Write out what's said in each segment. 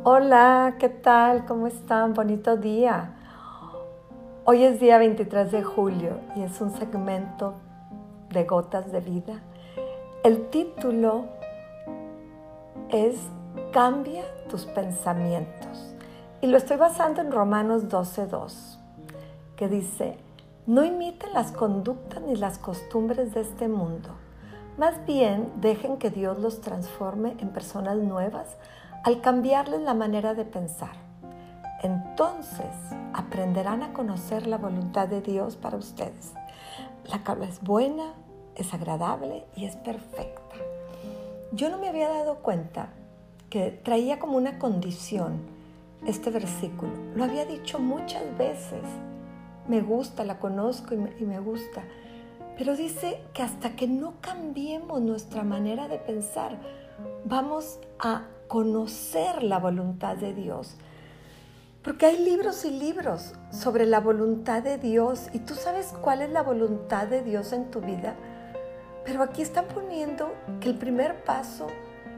Hola, ¿qué tal? ¿Cómo están? Bonito día. Hoy es día 23 de julio y es un segmento de Gotas de Vida. El título es Cambia tus pensamientos y lo estoy basando en Romanos 12:2, que dice: no imiten las conductas ni las costumbres de este mundo. Más bien, dejen que Dios los transforme en personas nuevas al cambiarles la manera de pensar. Entonces, aprenderán a conocer la voluntad de Dios para ustedes. La cual es buena, es agradable y es perfecta. Yo no me había dado cuenta que traía como una condición este versículo. Lo había dicho muchas veces. Me gusta, la conozco y me gusta. Pero dice que hasta que no cambiemos nuestra manera de pensar, vamos a conocer la voluntad de Dios. Porque hay libros y libros sobre la voluntad de Dios y tú sabes cuál es la voluntad de Dios en tu vida. Pero aquí están poniendo que el primer paso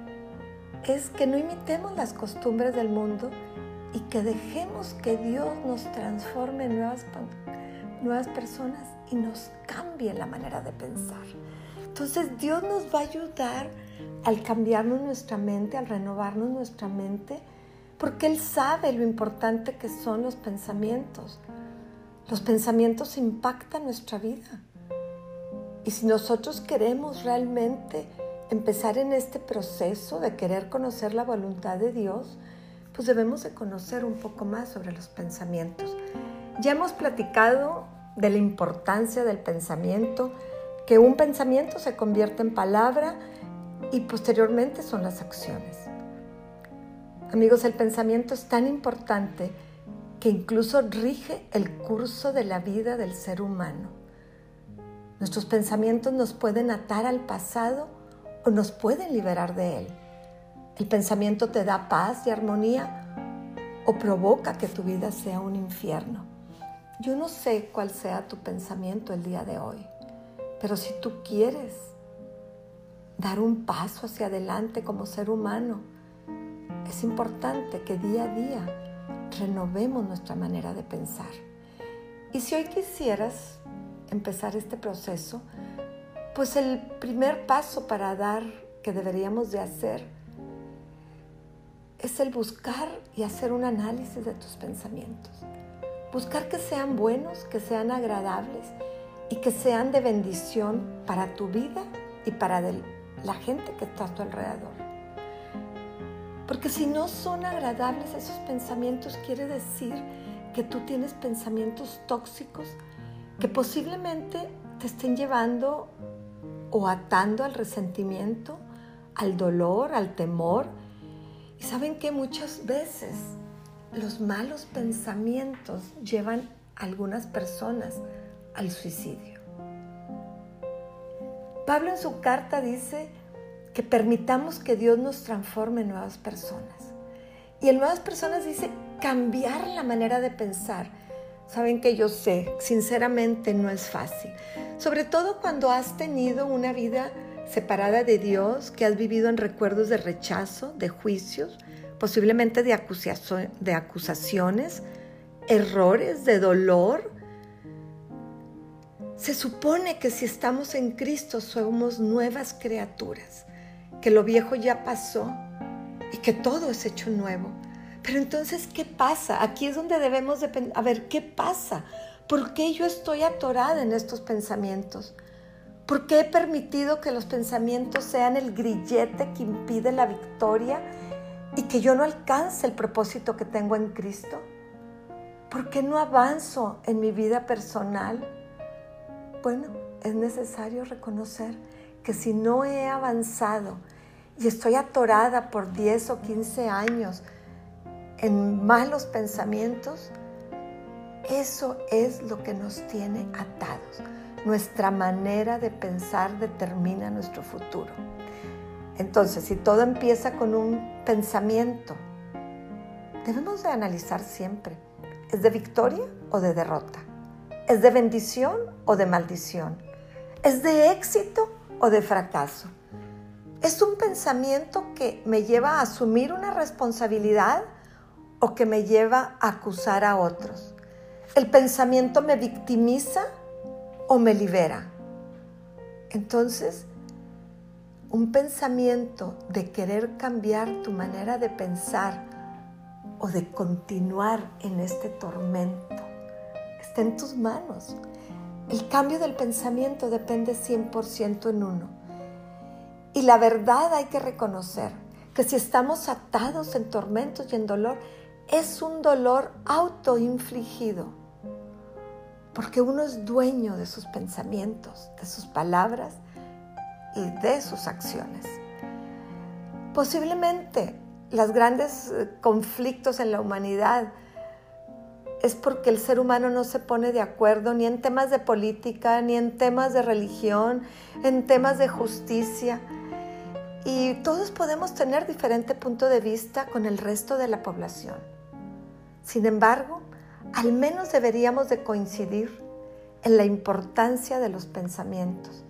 es que no imitemos las costumbres del mundo y que dejemos que Dios nos transforme en nuevas personas y nos cambie la manera de pensar. Entonces Dios nos va a ayudar al cambiarnos nuestra mente, al renovarnos nuestra mente, porque Él sabe lo importante que son los pensamientos. Los pensamientos impactan nuestra vida. Y si nosotros queremos realmente empezar en este proceso de querer conocer la voluntad de Dios, pues debemos de conocer un poco más sobre los pensamientos. Ya hemos platicado de la importancia del pensamiento, que un pensamiento se convierte en palabra y posteriormente son las acciones. Amigos, el pensamiento es tan importante que incluso rige el curso de la vida del ser humano. Nuestros pensamientos nos pueden atar al pasado o nos pueden liberar de él. El pensamiento te da paz y armonía o provoca que tu vida sea un infierno. Yo no sé cuál sea tu pensamiento el día de hoy, pero si tú quieres dar un paso hacia adelante como ser humano, es importante que día a día renovemos nuestra manera de pensar. Y si hoy quisieras empezar este proceso, pues el primer paso para dar que deberíamos de hacer es el buscar y hacer un análisis de tus pensamientos. Buscar que sean buenos, que sean agradables y que sean de bendición para tu vida y para la gente que está a tu alrededor. Porque si no son agradables esos pensamientos, quiere decir que tú tienes pensamientos tóxicos que posiblemente te estén llevando o atando al resentimiento, al dolor, al temor. Y saben que muchas veces los malos pensamientos llevan a algunas personas al suicidio. Pablo en su carta dice que permitamos que Dios nos transforme en nuevas personas. Y en nuevas personas dice cambiar la manera de pensar. Saben que yo sé, sinceramente no es fácil. Sobre todo cuando has tenido una vida separada de Dios, que has vivido en recuerdos de rechazo, de juicios, posiblemente de acusaciones, errores, de dolor. Se supone que si estamos en Cristo somos nuevas criaturas, que lo viejo ya pasó y que todo es hecho nuevo. Pero entonces, ¿qué pasa? Aquí es donde debemos de a ver, ¿qué pasa? ¿Por qué yo estoy atorada en estos pensamientos? ¿Por qué he permitido que los pensamientos sean el grillete que impide la victoria y que yo no alcance el propósito que tengo en Cristo? ¿Por qué no avanzo en mi vida personal? Bueno, es necesario reconocer que si no he avanzado y estoy atorada por 10 o 15 años en malos pensamientos, eso es lo que nos tiene atados. Nuestra manera de pensar determina nuestro futuro. Entonces, si todo empieza con un pensamiento, debemos de analizar siempre, ¿es de victoria o de derrota? ¿Es de bendición o de maldición? ¿Es de éxito o de fracaso? ¿Es un pensamiento que me lleva a asumir una responsabilidad o que me lleva a acusar a otros? ¿El pensamiento me victimiza o me libera? Entonces, un pensamiento de querer cambiar tu manera de pensar o de continuar en este tormento está en tus manos. El cambio del pensamiento depende 100% en uno. Y la verdad hay que reconocer que si estamos atados en tormentos y en dolor, es un dolor autoinfligido. Porque uno es dueño de sus pensamientos, de sus palabras y de sus acciones. Posiblemente los grandes conflictos en la humanidad es porque el ser humano no se pone de acuerdo ni en temas de política, ni en temas de religión, en temas de justicia. Y todos podemos tener diferente punto de vista con el resto de la población. Sin embargo, al menos deberíamos de coincidir en la importancia de los pensamientos,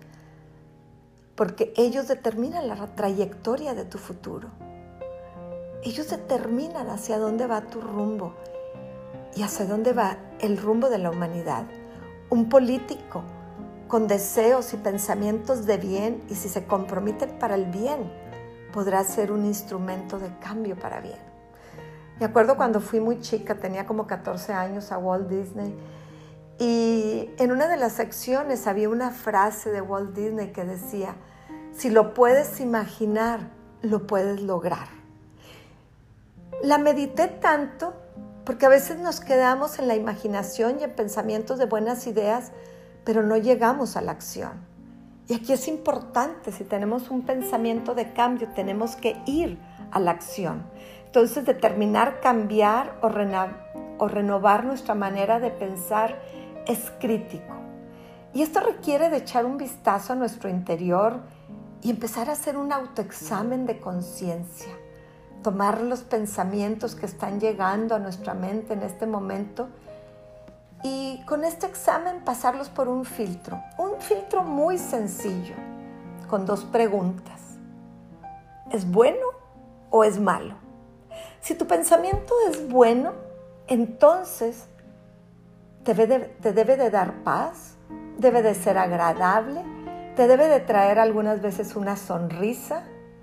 porque ellos determinan la trayectoria de tu futuro. Ellos determinan hacia dónde va tu rumbo y hacia dónde va el rumbo de la humanidad. Un político con deseos y pensamientos de bien, y si se comprometen para el bien, podrá ser un instrumento de cambio para bien. Me acuerdo cuando fui muy chica, tenía como 14 años, a Walt Disney, y en una de las secciones había una frase de Walt Disney que decía: si lo puedes imaginar, lo puedes lograr. La medité tanto porque a veces nos quedamos en la imaginación y en pensamientos de buenas ideas, pero no llegamos a la acción. Y aquí es importante, si tenemos un pensamiento de cambio, tenemos que ir a la acción. Entonces, determinar cambiar o renovar nuestra manera de pensar es crítico. Y esto requiere de echar un vistazo a nuestro interior y empezar a hacer un autoexamen de conciencia. Tomar los pensamientos que están llegando a nuestra mente en este momento y con este examen pasarlos por un filtro muy sencillo, con 2 preguntas. ¿Es bueno o es malo? Si tu pensamiento es bueno, entonces te debe de dar paz, debe de ser agradable, te debe de traer algunas veces una sonrisa.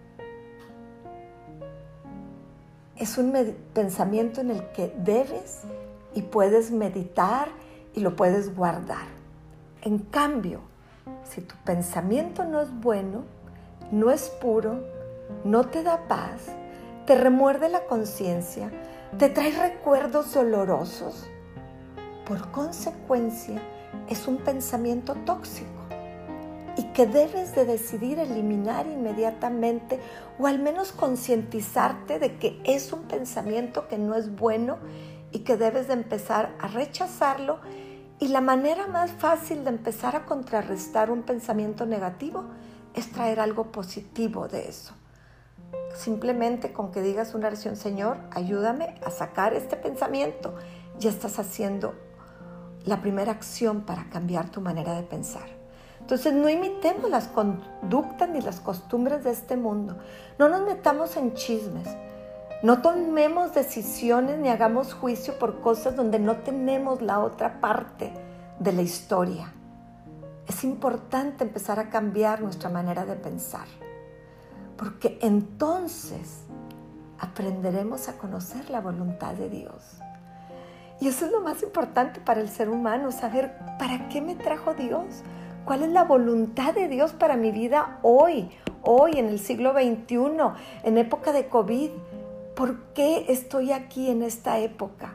Es un pensamiento en el que debes y puedes meditar y lo puedes guardar. En cambio, si tu pensamiento no es bueno, no es puro, no te da paz, te remuerde la conciencia, te trae recuerdos dolorosos, por consecuencia, es un pensamiento tóxico y que debes de decidir eliminar inmediatamente, o al menos concientizarte de que es un pensamiento que no es bueno y que debes de empezar a rechazarlo. Y la manera más fácil de empezar a contrarrestar un pensamiento negativo es traer algo positivo de eso. Simplemente con que digas una oración: Señor, ayúdame a sacar este pensamiento, ya estás haciendo la primera acción para cambiar tu manera de pensar. Entonces, no imitemos las conductas ni las costumbres de este mundo. No nos metamos en chismes. No tomemos decisiones ni hagamos juicio por cosas donde no tenemos la otra parte de la historia. Es importante empezar a cambiar nuestra manera de pensar, porque entonces aprenderemos a conocer la voluntad de Dios. Y eso es lo más importante para el ser humano, saber para qué me trajo Dios. ¿Cuál es la voluntad de Dios para mi vida hoy en el siglo XXI, en época de COVID? ¿Por qué estoy aquí en esta época?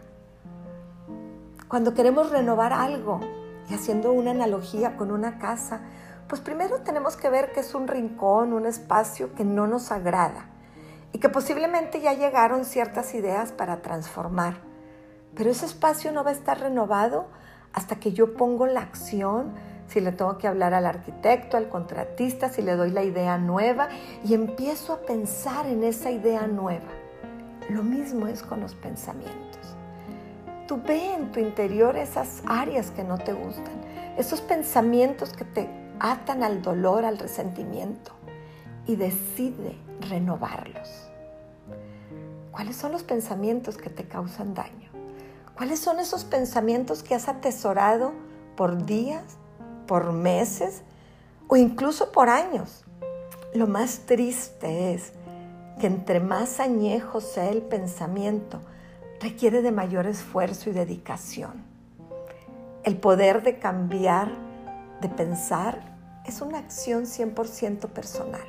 Cuando queremos renovar algo, y haciendo una analogía con una casa, pues primero tenemos que ver que es un rincón, un espacio que no nos agrada y que posiblemente ya llegaron ciertas ideas para transformar. Pero ese espacio no va a estar renovado hasta que yo pongo la acción, si le tengo que hablar al arquitecto, al contratista, si le doy la idea nueva y empiezo a pensar en esa idea nueva. Lo mismo es con los pensamientos. Tú ve en tu interior esas áreas que no te gustan, esos pensamientos que te atan al dolor, al resentimiento, y decide renovarlos. ¿Cuáles son los pensamientos que te causan daño? ¿Cuáles son esos pensamientos que has atesorado por días, por meses o incluso por años? Lo más triste es que entre más añejo sea el pensamiento, requiere de mayor esfuerzo y dedicación. El poder de cambiar, de pensar, es una acción 100% personal.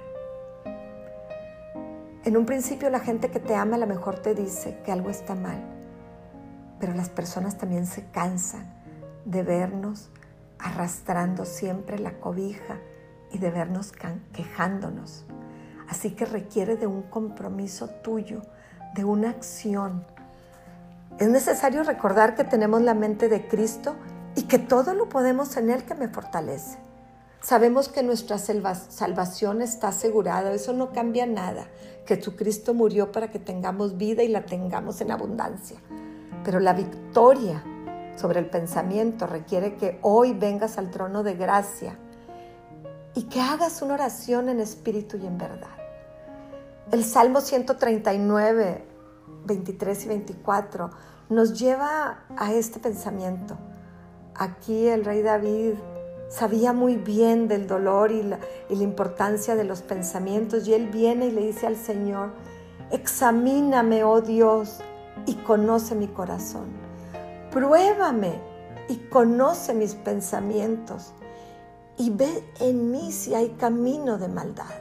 En un principio la gente que te ama a lo mejor te dice que algo está mal, pero las personas también se cansan de vernos arrastrando siempre la cobija y de vernos quejándonos. Así que requiere de un compromiso tuyo, de una acción. Es necesario recordar que tenemos la mente de Cristo y que todo lo podemos en Él que me fortalece. Sabemos que nuestra salvación está asegurada, eso no cambia nada. Jesucristo murió para que tengamos vida y la tengamos en abundancia. Pero la victoria sobre el pensamiento requiere que hoy vengas al trono de gracia y que hagas una oración en espíritu y en verdad. El Salmo 139, 23 y 24 nos lleva a este pensamiento. Aquí el rey David sabía muy bien del dolor y la importancia de los pensamientos, y él viene y le dice al Señor: examíname, oh Dios, y conoce mi corazón. Pruébame y conoce mis pensamientos y ve en mí si hay camino de maldad.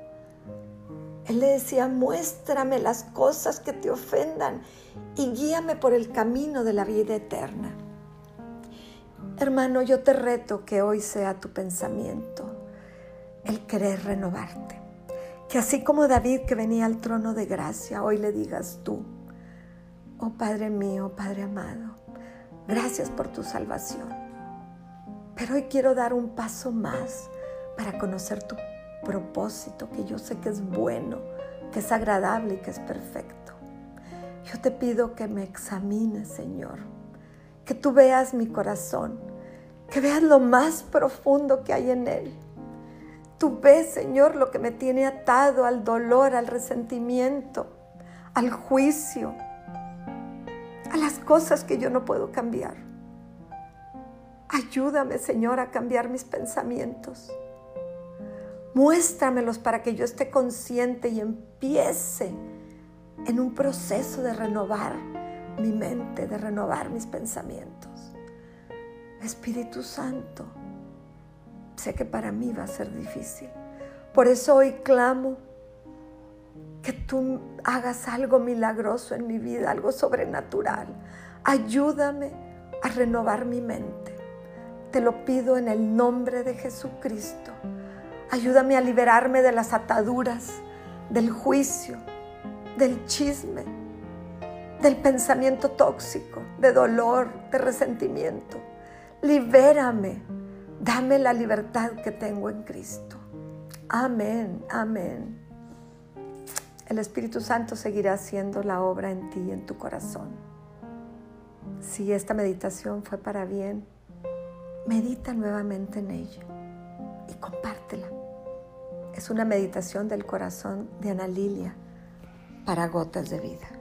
Él le decía: muéstrame las cosas que te ofendan y guíame por el camino de la vida eterna. Hermano, yo te reto que hoy sea tu pensamiento el querer renovarte. Que así como David, que venía al trono de gracia, hoy le digas tú: oh Padre mío, Padre amado, gracias por tu salvación. Pero hoy quiero dar un paso más para conocer tu propósito, que yo sé que es bueno, que es agradable y que es perfecto. Yo te pido que me examines, Señor, que tú veas mi corazón, que veas lo más profundo que hay en él. Tú ves, Señor, lo que me tiene atado al dolor, al resentimiento, al juicio, a las cosas que yo no puedo cambiar. Ayúdame, Señor, a cambiar mis pensamientos. Muéstramelos para que yo esté consciente y empiece en un proceso de renovar mi mente, de renovar mis pensamientos. Espíritu Santo, sé que para mí va a ser difícil. Por eso hoy clamo que tú hagas algo milagroso en mi vida, algo sobrenatural. Ayúdame a renovar mi mente. Te lo pido en el nombre de Jesucristo. Ayúdame a liberarme de las ataduras, del juicio, del chisme, del pensamiento tóxico, de dolor, de resentimiento. Libérame, dame la libertad que tengo en Cristo. Amén, amén. El Espíritu Santo seguirá haciendo la obra en ti y en tu corazón. Si esta meditación fue para bien, medita nuevamente en ella y compártela. Es una meditación del corazón de Ana Lilia para Gotas de Vida.